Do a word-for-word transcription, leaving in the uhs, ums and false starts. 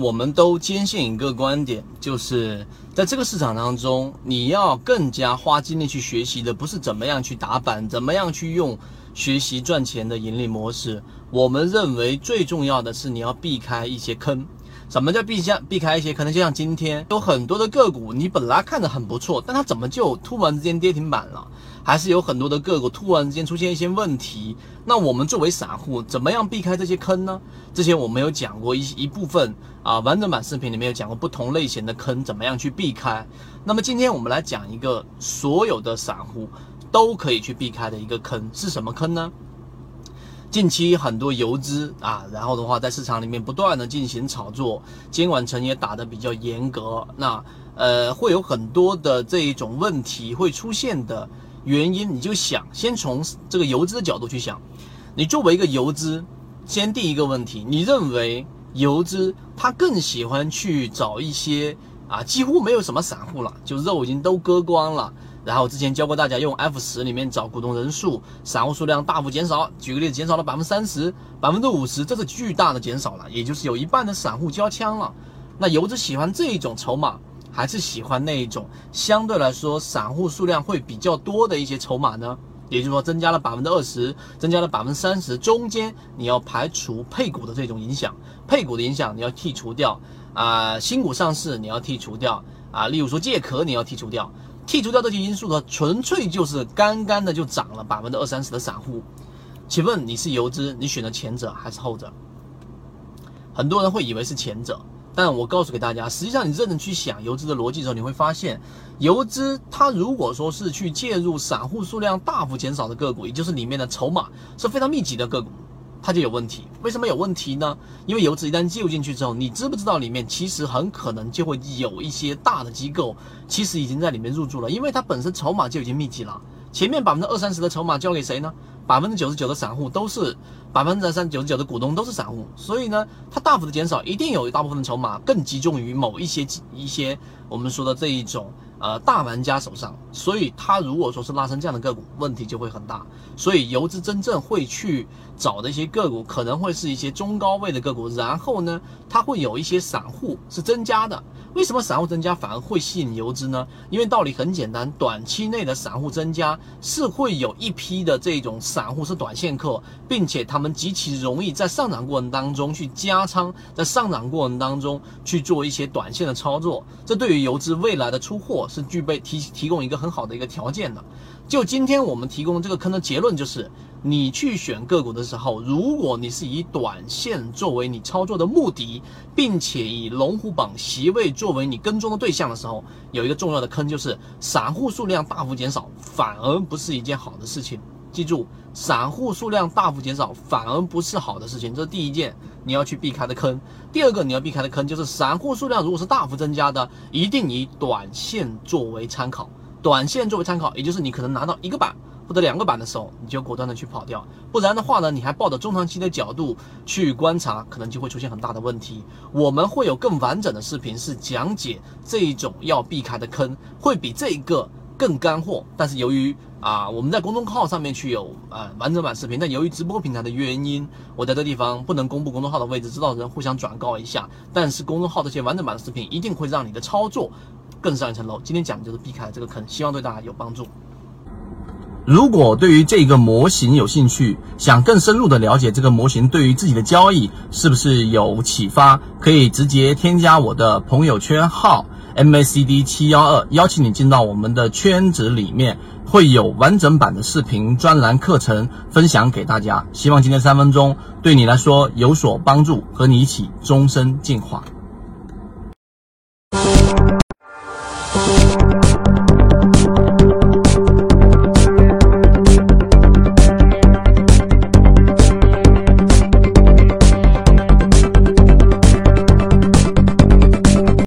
我们都坚信一个观点，就是在这个市场当中，你要更加花精力去学习的，不是怎么样去打板，怎么样去用学习赚钱的盈利模式。我们认为最重要的是你要避开一些坑。什么叫避下避开一些？可能就像今天有很多的个股，你本来看着很不错，但它怎么就突然之间跌停板了？还是有很多的个股突然之间出现一些问题。那我们作为散户，怎么样避开这些坑呢？之前我们有讲过一一部分啊，完整版视频里面有讲过不同类型的坑怎么样去避开。那么今天我们来讲一个所有的散户都可以去避开的一个坑，是什么坑呢？近期很多游资啊，然后的话在市场里面不断的进行炒作，监管层也打得比较严格，那呃会有很多的这一种问题会出现的原因，你就想先从这个游资的角度去想，你作为一个游资，先第一个问题，你认为游资他更喜欢去找一些啊几乎没有什么散户了，就肉已经都割光了。然后之前教过大家用 F 十 里面找股东人数，散户数量大幅减少，举个例子，减少了 百分之三十、百分之五十， 这是巨大的减少了，也就是有一半的散户交枪了。那游资喜欢这一种筹码，还是喜欢那一种相对来说散户数量会比较多的一些筹码呢？也就是说增加了 百分之二十， 增加了 百分之三十， 中间你要排除配股的这种影响，配股的影响你要剔除掉啊、呃，新股上市你要剔除掉啊、呃，例如说借壳你要剔除掉。剔除掉这些因素的，纯粹就是干干的就涨了 百分之二三十 的散户。请问你是游资，你选择前者还是后者？很多人会以为是前者，但我告诉给大家，实际上你认真去想游资的逻辑的时候，你会发现，游资它如果说是去介入散户数量大幅减少的个股，也就是里面的筹码是非常密集的个股，它就有问题。为什么有问题呢？因为游资一旦介入进去之后，你知不知道里面其实很可能就会有一些大的机构其实已经在里面入驻了，因为它本身筹码就已经密集了。前面 百分之二三十 的筹码交给谁呢？ 百分之九十九 的散户都是 百分之九十九 的股东都是散户，所以呢它大幅的减少，一定有一大部分的筹码更集中于某一些一些我们说的这一种呃大玩家手上，所以它如果说是拉升这样的个股，问题就会很大。所以游资真正会去找的一些个股，可能会是一些中高位的个股，然后呢它会有一些散户是增加的。为什么散户增加反而会吸引游资呢？因为道理很简单，短期内的散户增加是会有一批的这种散户是短线客，并且他们极其容易在上涨过程当中去加仓，在上涨过程当中去做一些短线的操作，这对于游资未来的出货是具备提提供一个很好的一个条件的。就今天我们提供这个坑的结论就是，你去选个股的时候，如果你是以短线作为你操作的目的，并且以龙虎榜席位作为你跟踪的对象的时候，有一个重要的坑，就是散户数量大幅减少反而不是一件好的事情。记住，散户数量大幅减少反而不是好的事情，这是第一件你要去避开的坑。第二个你要避开的坑就是散户数量如果是大幅增加的，一定以短线作为参考。短线作为参考，也就是你可能拿到一个板或者两个板的时候，你就果断的去跑掉，不然的话呢，你还抱着中长期的角度去观察，可能就会出现很大的问题。我们会有更完整的视频是讲解这一种要避开的坑，会比这个更干货。但是由于啊我们在公众号上面去有啊完整版视频，但由于直播平台的原因，我在这地方不能公布公众号的位置，知道的人互相转告一下。但是公众号这些完整版的视频一定会让你的操作更上一层楼。今天讲的就是避开这个坑，希望对大家有帮助。如果对于这个模型有兴趣，想更深入的了解这个模型对于自己的交易是不是有启发，可以直接添加我的朋友圈号 M A C D 七一二， 邀请你进到我们的圈子里面，会有完整版的视频专栏课程分享给大家。希望今天三分钟对你来说有所帮助，和你一起终身进化。